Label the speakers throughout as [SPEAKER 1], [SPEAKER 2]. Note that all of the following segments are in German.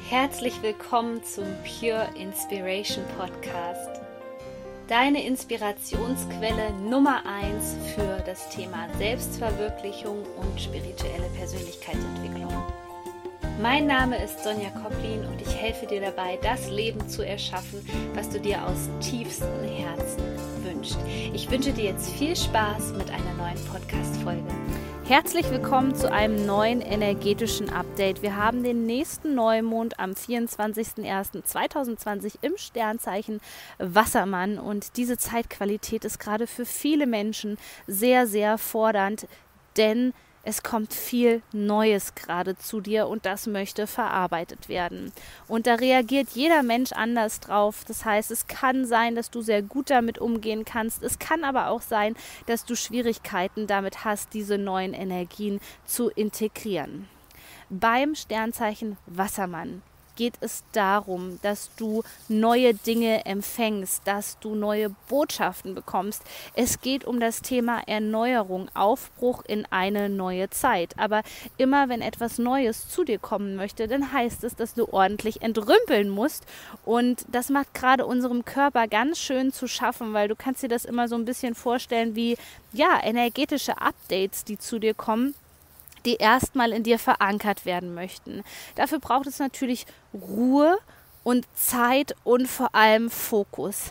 [SPEAKER 1] Herzlich willkommen zum Pure Inspiration Podcast. Deine Inspirationsquelle Nummer 1 für das Thema Selbstverwirklichung und spirituelle Persönlichkeitsentwicklung. Mein Name ist Sonja Koplin und ich helfe dir dabei, das Leben zu erschaffen, was du dir aus tiefstem Herzen wünschst. Ich wünsche dir jetzt viel Spaß mit einer neuen Podcast-Folge. Herzlich willkommen zu einem neuen energetischen Update. Wir haben den nächsten Neumond am 24.01.2020 im Sternzeichen Wassermann und diese Zeitqualität ist gerade für viele Menschen sehr, sehr fordernd, denn es kommt viel Neues gerade zu dir und das möchte verarbeitet werden. Und da reagiert jeder Mensch anders drauf. Das heißt, es kann sein, dass du sehr gut damit umgehen kannst. Es kann aber auch sein, dass du Schwierigkeiten damit hast, diese neuen Energien zu integrieren. Beim Sternzeichen Wassermann geht es darum, dass du neue Dinge empfängst, dass du neue Botschaften bekommst. Es geht um das Thema Erneuerung, Aufbruch in eine neue Zeit. Aber immer wenn etwas Neues zu dir kommen möchte, dann heißt es, dass du ordentlich entrümpeln musst. Und das macht gerade unserem Körper ganz schön zu schaffen, weil du kannst dir das immer so ein bisschen vorstellen wie energetische Updates, die zu dir kommen, die erstmal in dir verankert werden möchten. Dafür braucht es natürlich Ruhe und Zeit und vor allem Fokus.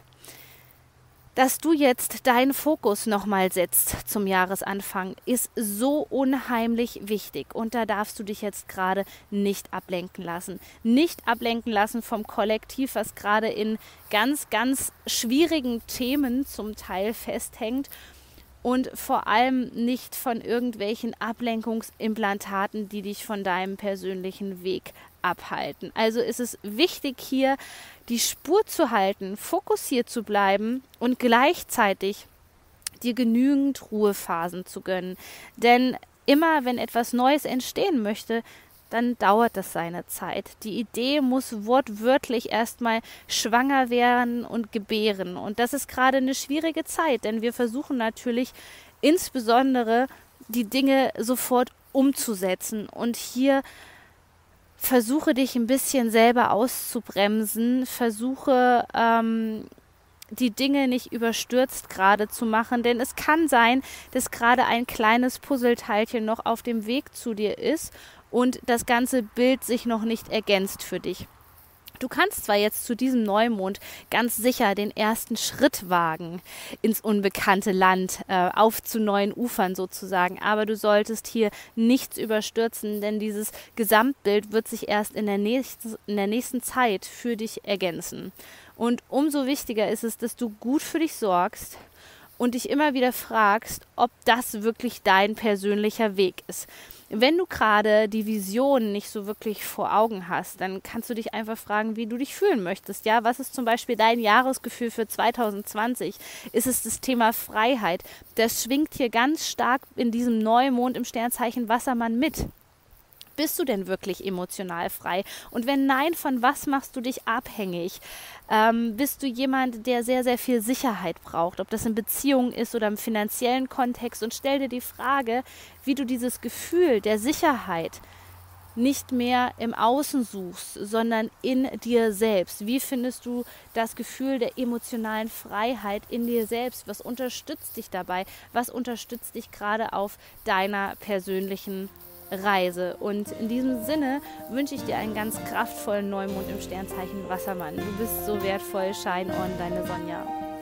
[SPEAKER 1] Dass du jetzt deinen Fokus nochmal setzt zum Jahresanfang, ist so unheimlich wichtig und da darfst du dich jetzt gerade nicht ablenken lassen. Nicht ablenken lassen vom Kollektiv, was gerade in ganz, ganz schwierigen Themen zum Teil festhängt. Und vor allem nicht von irgendwelchen Ablenkungsimplantaten, die dich von deinem persönlichen Weg abhalten. Also ist es wichtig, hier die Spur zu halten, fokussiert zu bleiben und gleichzeitig dir genügend Ruhephasen zu gönnen. Denn immer, wenn etwas Neues entstehen möchte, dann dauert das seine Zeit. Die Idee muss wortwörtlich erstmal schwanger werden und gebären. Und das ist gerade eine schwierige Zeit, denn wir versuchen natürlich insbesondere die Dinge sofort umzusetzen. Und hier versuche dich ein bisschen selber auszubremsen, versuche die Dinge nicht überstürzt gerade zu machen, denn es kann sein, dass gerade ein kleines Puzzleteilchen noch auf dem Weg zu dir ist und das ganze Bild sich noch nicht ergänzt für dich. Du kannst zwar jetzt zu diesem Neumond ganz sicher den ersten Schritt wagen ins unbekannte Land, auf zu neuen Ufern sozusagen, aber du solltest hier nichts überstürzen, denn dieses Gesamtbild wird sich erst in der nächsten Zeit für dich ergänzen. Und umso wichtiger ist es, dass du gut für dich sorgst und dich immer wieder fragst, ob das wirklich dein persönlicher Weg ist. Wenn du gerade die Vision nicht so wirklich vor Augen hast, dann kannst du dich einfach fragen, wie du dich fühlen möchtest. Ja, was ist zum Beispiel dein Jahresgefühl für 2020? Ist es das Thema Freiheit? Das schwingt hier ganz stark in diesem Neumond im Sternzeichen Wassermann mit. Bist du denn wirklich emotional frei? Und wenn nein, von was machst du dich abhängig? Bist du jemand, der sehr, sehr viel Sicherheit braucht? Ob das in Beziehungen ist oder im finanziellen Kontext? Und stell dir die Frage, wie du dieses Gefühl der Sicherheit nicht mehr im Außen suchst, sondern in dir selbst. Wie findest du das Gefühl der emotionalen Freiheit in dir selbst? Was unterstützt dich dabei? Was unterstützt dich gerade auf deiner persönlichen Reise? Und in diesem Sinne wünsche ich dir einen ganz kraftvollen Neumond im Sternzeichen Wassermann. Du bist so wertvoll, shine on, deine Sonja.